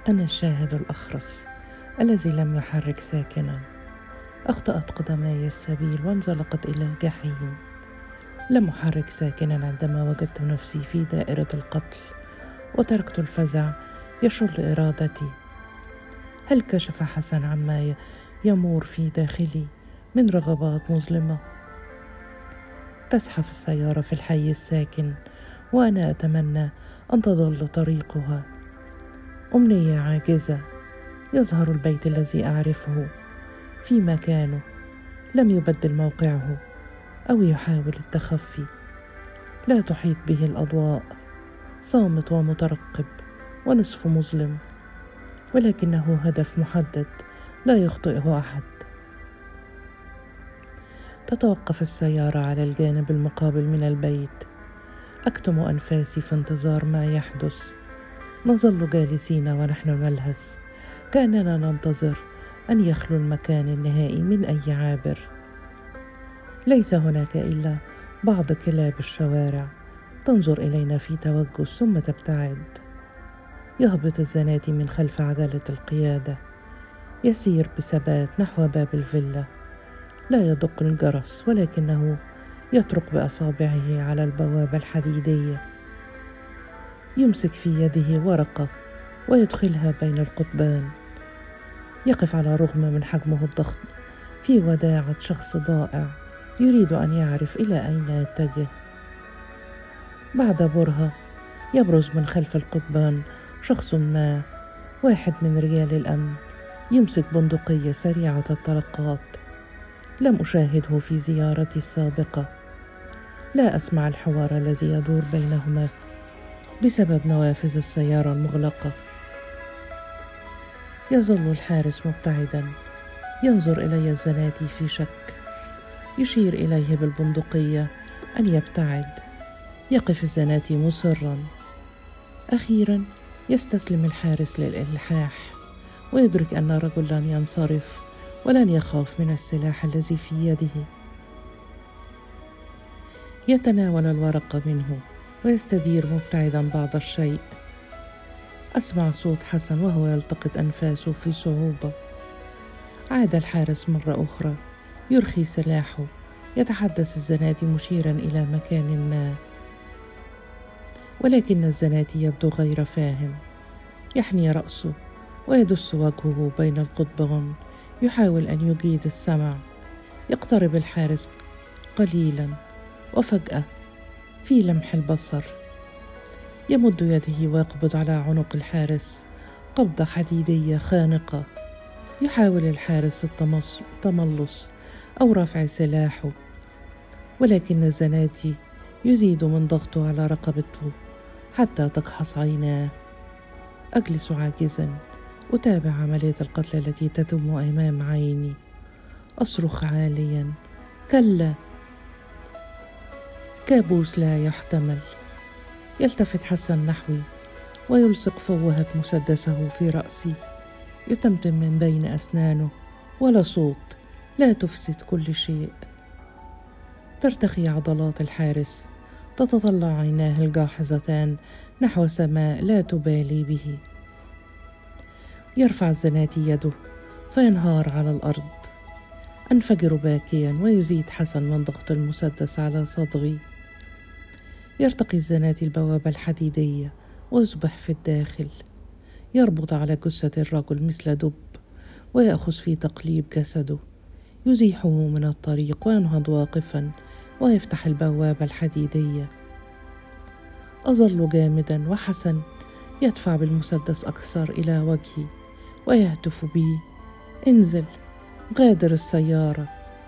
أنا الشاهد الأخرس الذي لم يحرك ساكنا. أخطأت قدماي السبيل وانزلقت إلى الجحيم. لم أحرك ساكنا عندما وجدت نفسي في دائرة القتل، وتركت الفزع يشل إرادتي. هل كشف حسن عما يمور في داخلي من رغبات مظلمة؟ تزحف السيارة في الحي الساكن، وأنا أتمنى أن تظل طريقها أمنية عاجزة. يظهر البيت الذي أعرفه في مكانه، لم يبدل موقعه أو يحاول التخفي. لا تحيط به الأضواء، صامت ومترقب ونصف مظلم، ولكنه هدف محدد لا يخطئه أحد. تتوقف السيارة على الجانب المقابل من البيت. أكتم أنفاسي في انتظار ما يحدث. نظل جالسين ونحن نلهث، كأننا ننتظر أن يخلو المكان النهائي من أي عابر. ليس هناك إلا بعض كلاب الشوارع تنظر إلينا في توجس ثم تبتعد. يهبط الزناتي من خلف عجلة القيادة، يسير بثبات نحو باب الفيلا. لا يدق الجرس، ولكنه يطرق بأصابعه على البوابة الحديدية. يمسك في يده ورقة ويدخلها بين القضبان. يقف على رغم من حجمه الضخم في وداعة شخص ضائع يريد أن يعرف إلى أين يتجه. بعد برهة يبرز من خلف القضبان شخص ما، واحد من رجال الأمن، يمسك بندقية سريعة الطلقات. لم أشاهده في زيارتي السابقة. لا أسمع الحوار الذي يدور بينهما بسبب نوافذ السيارة المغلقة. يظل الحارس مبتعدا، ينظر إلي الزناتي في شك. يشير إليه بالبندقية أن يبتعد. يقف الزناتي مصرا. أخيرا يستسلم الحارس للإلحاح، ويدرك أن الرجل لن ينصرف ولن يخاف من السلاح الذي في يده. يتناول الورقة منه ويستدير مبتعدا بعض الشيء. أسمع صوت حسن وهو يلتقط أنفاسه في صعوبة. عاد الحارس مرة أخرى، يرخي سلاحه. يتحدث الزناتي مشيرا إلى مكان ما، ولكن الزناتي يبدو غير فاهم. يحني رأسه ويدس وجهه بين القضبان، يحاول أن يجيد السمع. يقترب الحارس قليلا، وفجأة في لمح البصر يمد يده ويقبض على عنق الحارس قبضة حديدية خانقة. يحاول الحارس التملص أو رفع سلاحه، ولكن الزناتي يزيد من ضغطه على رقبته حتى تكحص عيناه. أجلس عاجزا أتابع عملية القتل التي تتم أمام عيني. أصرخ عاليا: كلا، كابوس لا يحتمل. يلتفت حسن نحوي ويلصق فوهة مسدسه في رأسي. يتمتم من بين أسنانه: ولا صوت، لا تفسد كل شيء. ترتخي عضلات الحارس، تتطلع عيناه الجاحظتان نحو سماء لا تبالي به. يرفع الزناتي يده فينهار على الأرض. أنفجر باكيا، ويزيد حسن من ضغط المسدس على صدغي. يرتقي الزناتي البوابة الحديدية ويصبح في الداخل. يربط على جثة الرجل مثل دب، ويأخذ في تقليب جسده. يزيحه من الطريق وينهض واقفا ويفتح البوابة الحديدية. أظل جامدا، وحسن يدفع بالمسدس أكثر إلى وجهي ويهتف بي: انزل، غادر السيارة.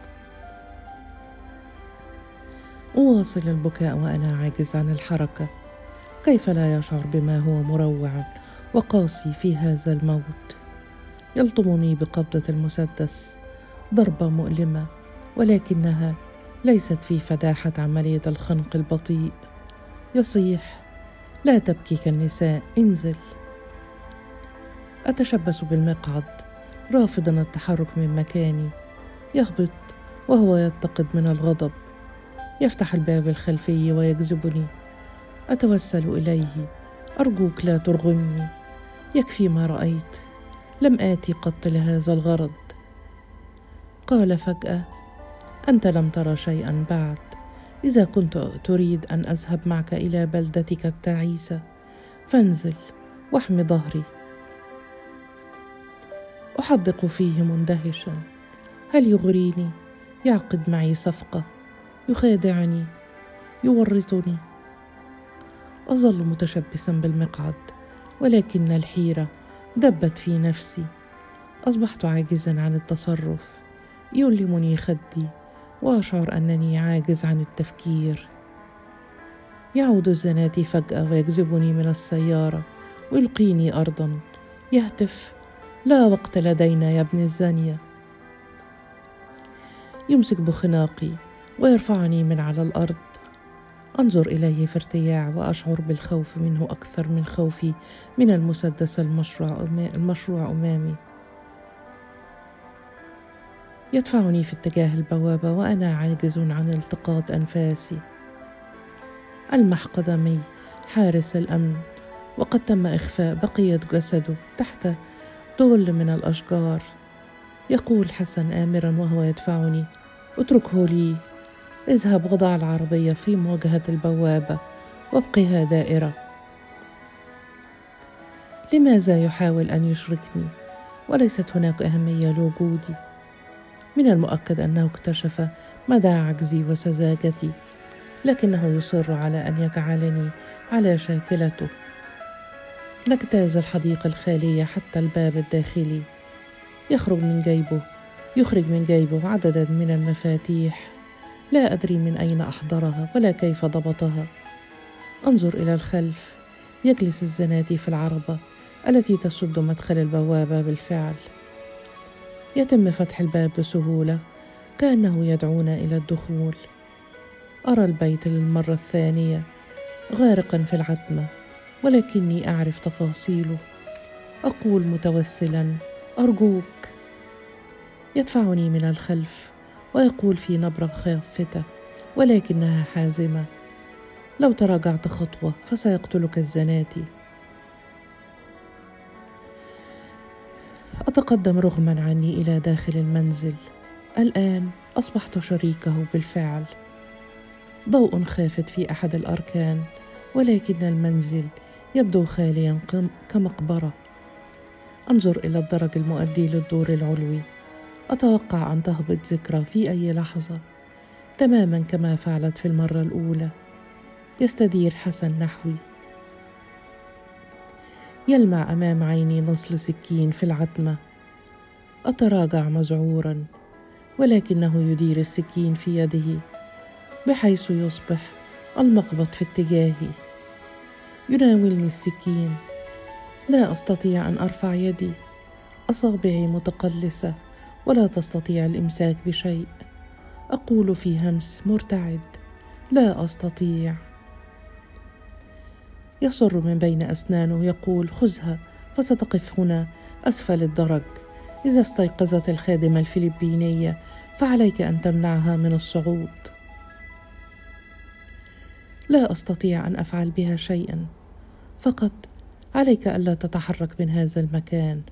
أواصل البكاء وأنا عاجز عن الحركة. كيف لا يشعر بما هو مروع وقاسي في هذا الموت؟ يلطمني بقبضة المسدس، ضربة مؤلمة، ولكنها ليست في فداحة عملية الخنق البطيء. يصيح: لا تبكي كالنساء، انزل. أتشبث بالمقعد رافضا التحرك من مكاني. يهبط وهو يتقد من الغضب. يفتح الباب الخلفي ويجذبني. أتوسل إليه: أرجوك لا ترغمني. يكفي ما رأيت، لم آتي قط لهذا الغرض. قال فجأة: أنت لم ترى شيئا بعد. إذا كنت تريد أن أذهب معك إلى بلدتك التعيسة فانزل واحمِ ظهري. أحدق فيه مندهشا، هل يغريني؟ يعقد معي صفقة، يخادعني، يورطني. أظل متشبثا بالمقعد، ولكن الحيرة دبت في نفسي. أصبحت عاجزا عن التصرف، يؤلمني خدي وأشعر أنني عاجز عن التفكير. يعود الزناتي فجأة ويجذبني من السيارة ويلقيني أرضا، يهتف: لا وقت لدينا يا ابن الزانية. يمسك بخناقي ويرفعني من على الأرض. أنظر إليه في ارتياع وأشعر بالخوف منه أكثر من خوفي من المسدس المشروع أمامي. يدفعني في اتجاه البوابة وأنا عاجز عن التقاط أنفاسي. ألمح قدمي حارس الأمن، وقد تم إخفاء بقية جسده تحت دول من الأشجار. يقول حسن آمرا وهو يدفعني: اتركه لي، اذهب وضع العربية في مواجهة البوابة وابقها دائرة. لماذا يحاول أن يشركني وليست هناك أهمية لوجودي؟ من المؤكد أنه اكتشف مدى عجزي وسذاجتي، لكنه يصر على أن يجعلني على شاكلته. نجتاز الحديقة الخالية حتى الباب الداخلي. يخرج من جيبه عددا من المفاتيح، لا أدري من أين أحضرها ولا كيف ضبطها. أنظر إلى الخلف، يجلس الزناتي في العربة التي تسد مدخل البوابة بالفعل. يتم فتح الباب بسهولة كأنه يدعونا إلى الدخول. أرى البيت للمرة الثانية غارقا في العتمة، ولكني أعرف تفاصيله. أقول متوسلا: أرجوك. يدفعني من الخلف ويقول في نبرة خافتة ولكنها حازمة: لو تراجعت خطوة فسيقتلك الزناتي. أتقدم رغما عني إلى داخل المنزل. الآن أصبحت شريكه بالفعل. ضوء خافت في أحد الأركان، ولكن المنزل يبدو خاليا كمقبرة. أنظر إلى الدرج المؤدي للدور العلوي. أتوقع أن تهبط ذكرى في أي لحظة، تماما كما فعلت في المرة الأولى. يستدير حسن نحوي. يلمع أمام عيني نصل سكين في العتمة. أتراجع مذعورا، ولكنه يدير السكين في يده بحيث يصبح المقبض في اتجاهي. يناولني السكين. لا أستطيع أن أرفع يدي، أصابعي متقلصة ولا تستطيع الإمساك بشيء. أقول في همس مرتعد: لا أستطيع. يصر من بين أسنانه يقول: خذها فستقف هنا أسفل الدرج. إذا استيقظت الخادمة الفلبينية فعليك أن تمنعها من الصعود. لا أستطيع أن أفعل بها شيئا، فقط عليك ألا تتحرك من هذا المكان.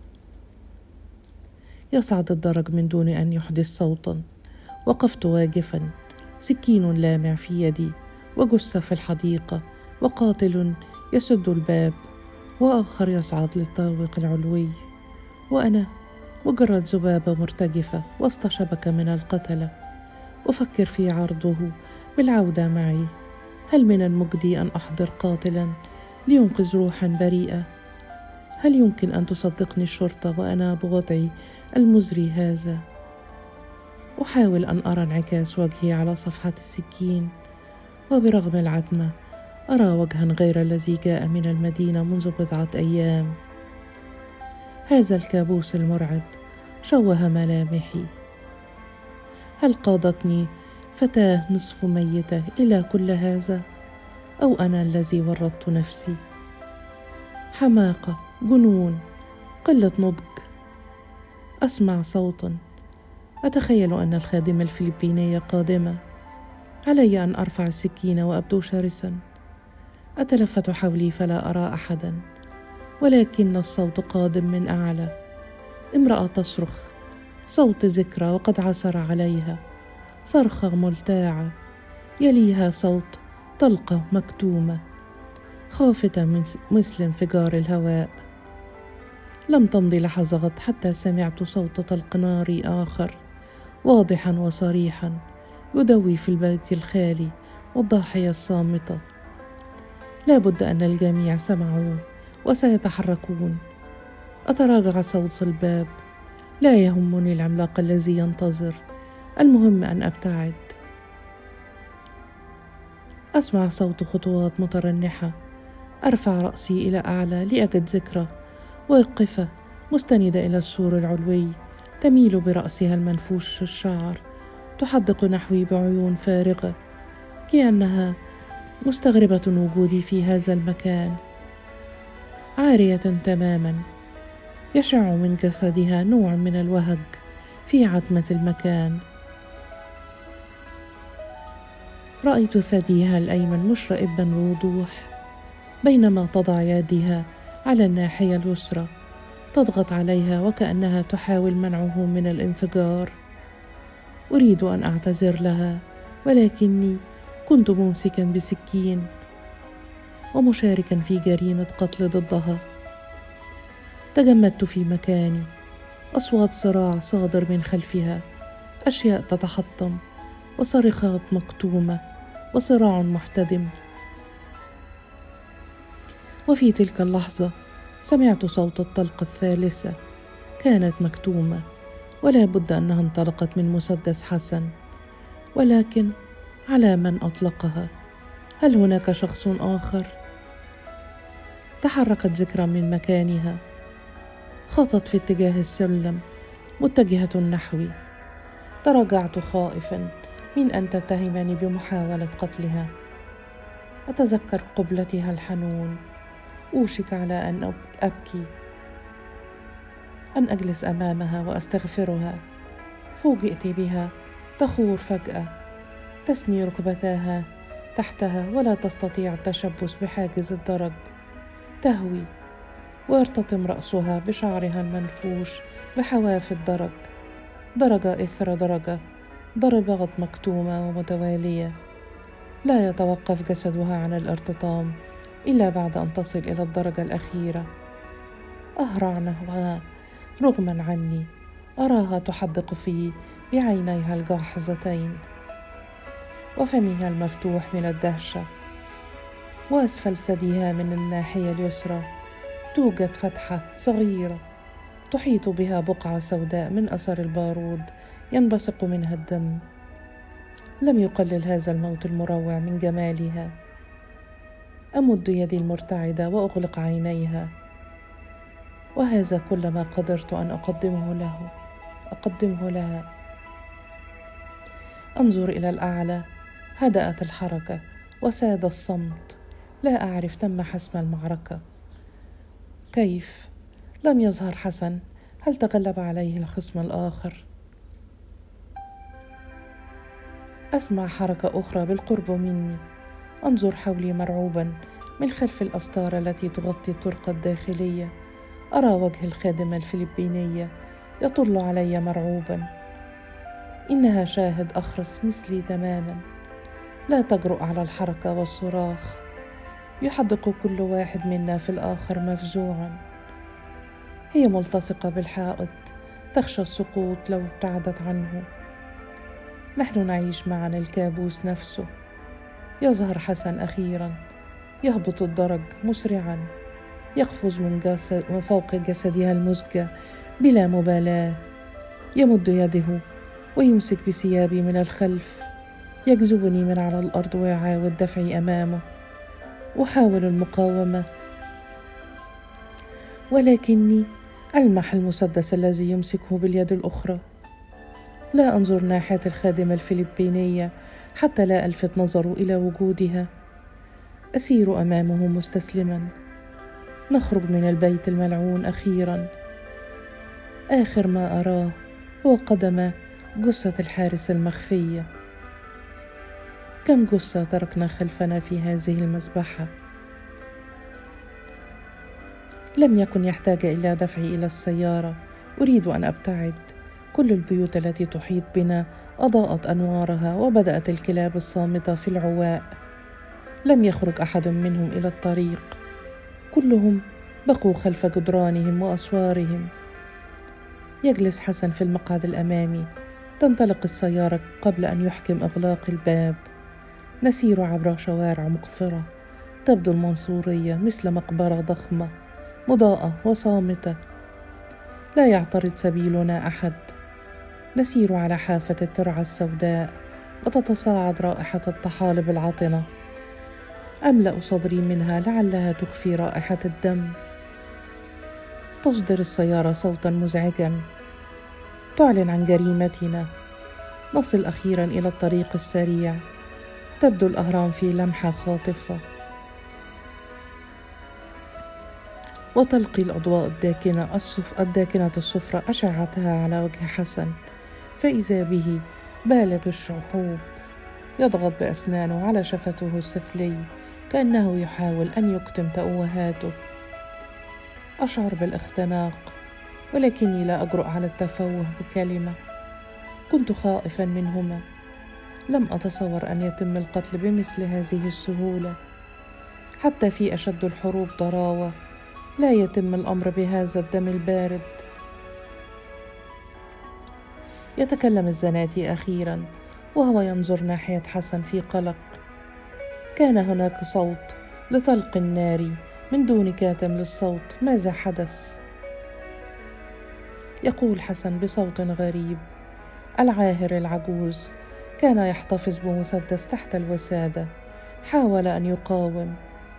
يصعد الدرج من دون أن يحدث صوتا. وقفت واقفا، سكين لامع في يدي، وجثة في الحديقة، وقاتل يسد الباب، وآخر يصعد للطابق العلوي، وأنا مجرد ذبابة مرتجفة وسط شبكة من القتلة. أفكر في عرضه بالعودة معي. هل من المجدي أن أحضر قاتلا لينقذ روحا بريئة؟ هل يمكن أن تصدقني الشرطة وأنا بوضعي المزري هذا؟ أحاول أن أرى انعكاس وجهي على صفحة السكين، وبرغم العتمة أرى وجها غير الذي جاء من المدينة منذ بضعة أيام. هذا الكابوس المرعب شوه ملامحي. هل قادتني فتاة نصف ميتة إلى كل هذا، أو أنا الذي ورطت نفسي؟ حماقة، جنون، قلة نضج. أسمع صوتا. أتخيل أن الخادمة الفلبينية قادمة. علي أن أرفع السكين وأبدو شرسا. أتلفت حولي فلا أرى أحدا. ولكن الصوت قادم من أعلى. امرأة تصرخ، صوت ذكرى وقد عثر عليها، صرخة ملتاعة، يليها صوت طلقة مكتومة خافتة مثل انفجار الهواء. لم تمض لحظات حتى سمعت صوت طلق ناري آخر واضحا وصريحا يدوي في البيت الخالي والضاحية الصامتة. لا بد أن الجميع سمعوه وسيتحركون. أتراجع صوت الباب، لا يهمني العملاق الذي ينتظر، المهم أن أبتعد. أسمع صوت خطوات مترنحة، أرفع رأسي إلى أعلى لأجد ذكرى واقفة مستندة إلى السور العلوي، تميل برأسها المنفوش الشعر، تحدق نحوي بعيون فارغة كأنها مستغربة وجودي في هذا المكان. عارية تماما، يشع من جسدها نوع من الوهج في عتمة المكان. رأيت ثديها الأيمن مشرئبا بوضوح، بينما تضع يدها على الناحية اليسرى تضغط عليها وكأنها تحاول منعه من الانفجار. أريد أن أعتذر لها، ولكني كنت ممسكا بسكين ومشاركا في جريمة قتل ضدها. تجمدت في مكاني، أصوات صراع صادر من خلفها، أشياء تتحطم وصرخات مكتومة وصراع محتدم. وفي تلك اللحظة سمعت صوت الطلقة الثالثة، كانت مكتومة ولا بد أنها انطلقت من مسدس حسن، ولكن على من أطلقها؟ هل هناك شخص آخر؟ تحركت ذكرى من مكانها، خطت في اتجاه السلم متجهة نحوي. تراجعت خائفا من أن تتهمني بمحاولة قتلها. أتذكر قبلتها الحنون، أوشك على أن أبكي، أن أجلس أمامها وأستغفرها. فوجئت بها تخور فجأة، تثني ركبتاها تحتها ولا تستطيع التشبث بحاجز الدرج، تهوي ويرتطم رأسها بشعرها المنفوش بحواف الدرج، درجة إثر درجة، ضربات مكتومة ومتوالية. لا يتوقف جسدها عن الارتطام إلا بعد أن تصل إلى الدرجة الأخيرة. أهرع نحوها رغما عني، أراها تحدق في بعينيها الجاحظتين وفمها المفتوح من الدهشة، وأسفل ثديها من الناحية اليسرى توجد فتحة صغيرة تحيط بها بقعة سوداء من أثر البارود ينبثق منها الدم. لم يقلل هذا الموت المروع من جمالها. أمد يدي المرتعدة وأغلق عينيها، وهذا كل ما قدرت أن أقدمه لها. أنظر إلى الأعلى، هدأت الحركة وساد الصمت. لا أعرف تم حسم المعركة كيف. لم يظهر حسن. هل تغلب عليه الخصم الآخر؟ أسمع حركة أخرى بالقرب مني. أنظر حولي مرعوبا من خلف الأستار التي تغطي الطرقة الداخلية. أرى وجه الخادمة الفلبينية يطل علي مرعوبا. إنها شاهد أخرس مثلي تماما، لا تجرؤ على الحركة والصراخ. يحدق كل واحد منا في الآخر مفزوعا. هي ملتصقة بالحائط، تخشى السقوط لو ابتعدت عنه. نحن نعيش معا الكابوس نفسه. يظهر حسن أخيرا، يهبط الدرج مسرعا، يقفز من فوق جسدها المزجة بلا مبالاة. يمد يده ويمسك بثيابي من الخلف، يجذبني من على الأرض ويعاود دفعي أمامه. أحاول المقاومة، ولكني ألمح المسدس الذي يمسكه باليد الأخرى. لا أنظر ناحية الخادمة الفلبينية حتى لا ألفت نظره إلى وجودها. أسير أمامه مستسلما. نخرج من البيت الملعون أخيرا. آخر ما أراه هو قدم جثة الحارس المخفية. كم جثة تركنا خلفنا في هذه المذبحة. لم يكن يحتاج إلى دفعي إلى السيارة. أريد أن أبتعد. كل البيوت التي تحيط بنا أضاءت أنوارها، وبدأت الكلاب الصامتة في العواء. لم يخرج أحد منهم إلى الطريق، كلهم بقوا خلف جدرانهم وأسوارهم. يجلس حسن في المقعد الأمامي. تنطلق السيارة قبل أن يحكم إغلاق الباب. نسير عبر شوارع مقفرة. تبدو المنصورية مثل مقبرة ضخمة مضاءة وصامتة. لا يعترض سبيلنا أحد. نسير على حافة الترعة السوداء، وتتصاعد رائحة الطحالب العطنة. أملأ صدري منها لعلها تخفي رائحة الدم. تصدر السيارة صوتا مزعجا تعلن عن جريمتنا. نصل أخيرا إلى الطريق السريع. تبدو الأهرام في لمحة خاطفة، وتلقي الأضواء الداكنة الصفرة أشعتها على وجه حسن، فإذا به بالغ الشحوب يضغط بأسنانه على شفته السفلي كأنه يحاول أن يكتم تأوهاته. أشعر بالاختناق، ولكني لا أجرؤ على التفوه بكلمة. كنت خائفا منهما. لم أتصور أن يتم القتل بمثل هذه السهولة. حتى في أشد الحروب ضراوة لا يتم الأمر بهذا الدم البارد. يتكلم الزناتي أخيرا وهو ينظر ناحية حسن في قلق. كان هناك صوت لطلق النار من دون كاتم للصوت. ماذا حدث؟ يقول حسن بصوت غريب. العاهر العجوز كان يحتفظ بمسدس تحت الوسادة. حاول أن يقاوم.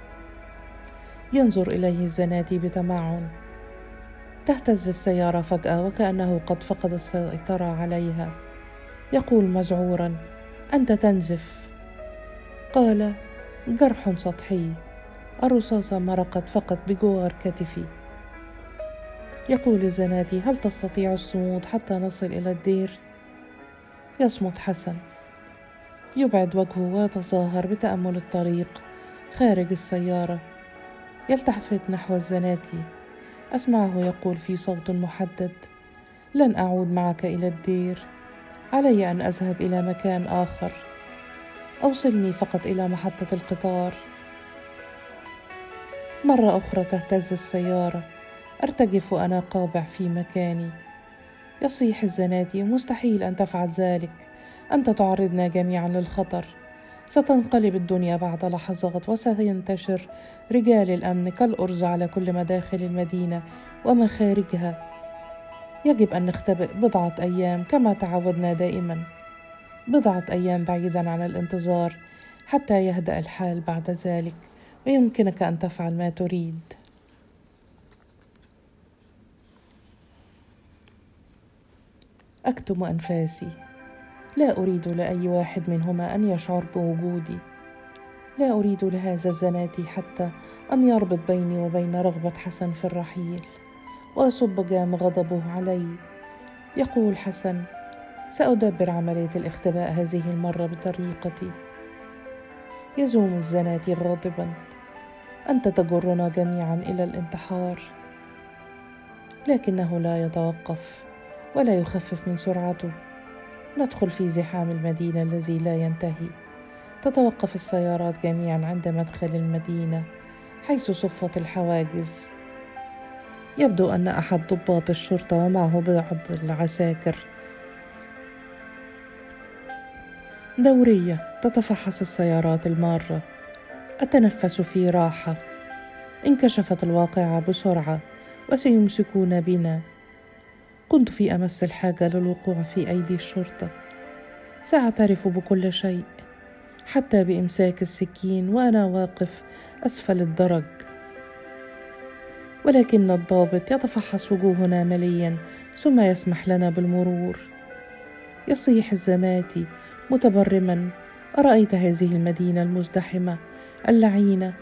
ينظر إليه الزناتي بتمعن. تهتز السيارة فجأة وكأنه قد فقد السيطرة عليها. يقول مذعورا: أنت تنزف. قال: جرح سطحي، الرصاصة مرقت فقط بجوار كتفي. يقول الزناتي: هل تستطيع الصمود حتى نصل إلى الدير؟ يصمت حسن. يبعد وجهه ويتظاهر بتأمل الطريق خارج السيارة. يلتفت نحو الزناتي. أسمعه يقول في صوت محدد: لن أعود معك إلى الدير. علي أن أذهب إلى مكان آخر. أوصلني فقط إلى محطة القطار. مرة أخرى تهتز السيارة. أرتجف وأنا قابع في مكاني. يصيح الزناتي: مستحيل أن تفعل ذلك. أنت تعرضنا جميعا للخطر. ستنقلب الدنيا بعد لحظات، وسينتشر رجال الأمن كالأرز على كل مداخل المدينة ومخارجها. يجب أن نختبئ بضعة أيام كما تعودنا دائما. بضعة أيام بعيدا عن الانتظار حتى يهدأ الحال بعد ذلك، ويمكنك أن تفعل ما تريد. أكتم أنفاسي. لا أريد لأي واحد منهما أن يشعر بوجودي. لا أريد لهذا الزناتي حتى أن يربط بيني وبين رغبة حسن في الرحيل، وأصب جام غضبه علي. يقول حسن: سأدبر عملية الاختباء هذه المرة بطريقتي. يزوم الزناتي غاضبا: أنت تجرنا جميعا إلى الانتحار. لكنه لا يتوقف ولا يخفف من سرعته. ندخل في زحام المدينة الذي لا ينتهي. تتوقف السيارات جميعا عند مدخل المدينة حيث صفت الحواجز. يبدو أن أحد ضباط الشرطة ومعه بعض العساكر دورية تتفحص السيارات المارة. أتنفس في راحة. انكشفت الواقعة بسرعة وسيمسكون بنا. كنت في أمس الحاجة للوقوع في أيدي الشرطة. سأعترف بكل شيء، حتى بإمساك السكين وأنا واقف أسفل الدرج. ولكن الضابط يتفحص وجوهنا مليا ثم يسمح لنا بالمرور. يصيح الزناتي متبرما: أرأيت هذه المدينة المزدحمة اللعينة؟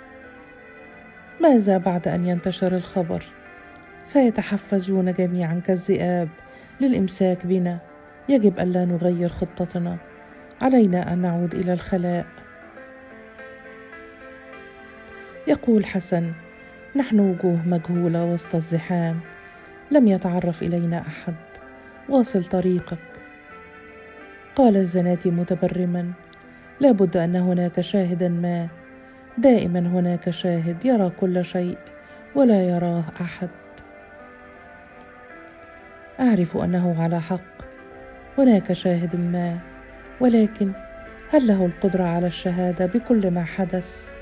ماذا بعد أن ينتشر الخبر؟ سيتحفزون جميعا كالذئاب للإمساك بنا. يجب ألا نغير خطتنا. علينا أن نعود إلى الخلاء. يقول حسن: نحن وجوه مجهولة وسط الزحام، لم يتعرف إلينا أحد. واصل طريقك. قال الزناتي متبرما: لابد أن هناك شاهدا ما، دائما هناك شاهد يرى كل شيء ولا يراه أحد. أعرف أنه على حق، هناك شاهد ما، ولكن هل له القدرة على الشهادة بكل ما حدث؟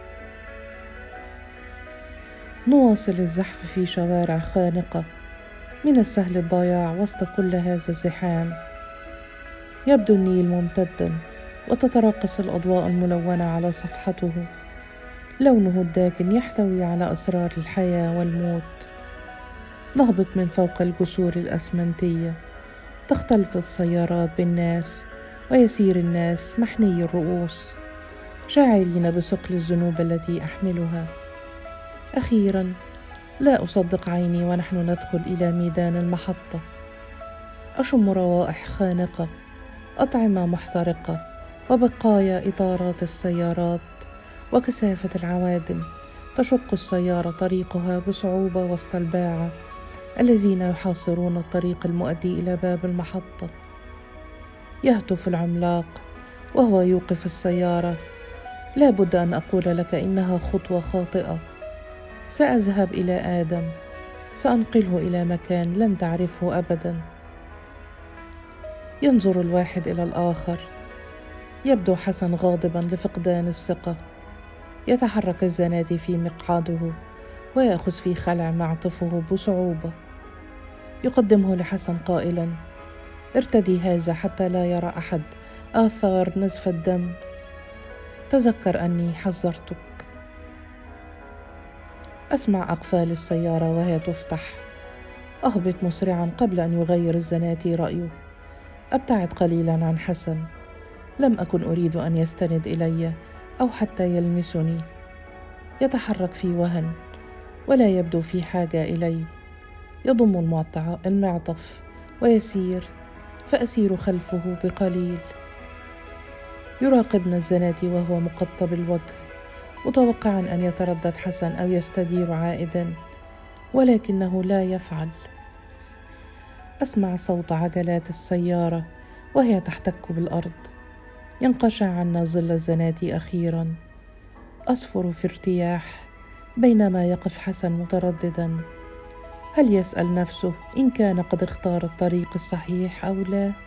نواصل الزحف في شوارع خانقة، من السهل الضياع وسط كل هذا الزحام. يبدو النيل ممتدا وتتراقص الأضواء الملونة على صفحته، لونه الداكن يحتوي على أسرار الحياة والموت. نهبط من فوق الجسور الأسمنتية، تختلط السيارات بالناس ويسير الناس محني الرؤوس، شاعرين بثقل الذنوب التي أحملها. أخيرا لا أصدق عيني ونحن ندخل إلى ميدان المحطة. أشم روائح خانقة، أطعمة محترقة، وبقايا إطارات السيارات وكثافة العوادم. تشق السيارة طريقها بصعوبة وسط الباعة الذين يحاصرون الطريق المؤدي إلى باب المحطة. يهتف العملاق وهو يوقف السيارة: لا بد أن أقول لك إنها خطوة خاطئة. سأذهب إلى آدم، سأنقله إلى مكان لن تعرفه أبدا. ينظر الواحد إلى الآخر. يبدو حسن غاضبا لفقدان الثقة. يتحرك الزناتي في مقعده ويأخذ في خلع معطفه بصعوبة. يقدمه لحسن قائلا: ارتدي هذا حتى لا يرى أحد آثار نزف الدم. تذكر أني حذرتك. أسمع أقفال السيارة وهي تفتح. أهبط مسرعا قبل أن يغير الزناتي رأيه. أبتعد قليلا عن حسن. لم أكن أريد أن يستند إلي أو حتى يلمسني. يتحرك في وهن ولا يبدو في حاجة إلي. يضم المعطف ويسير، فأسير خلفه بقليل. يراقبنا الزناتي وهو مقطب الوجه، متوقعا أن يتردد حسن أو يستدير عائدا، ولكنه لا يفعل. أسمع صوت عجلات السيارة وهي تحتك بالأرض. ينقشع عنا ظل الزناتي أخيرا. أصفر في ارتياح بينما يقف حسن مترددا. هل يسأل نفسه إن كان قد اختار الطريق الصحيح أو لا؟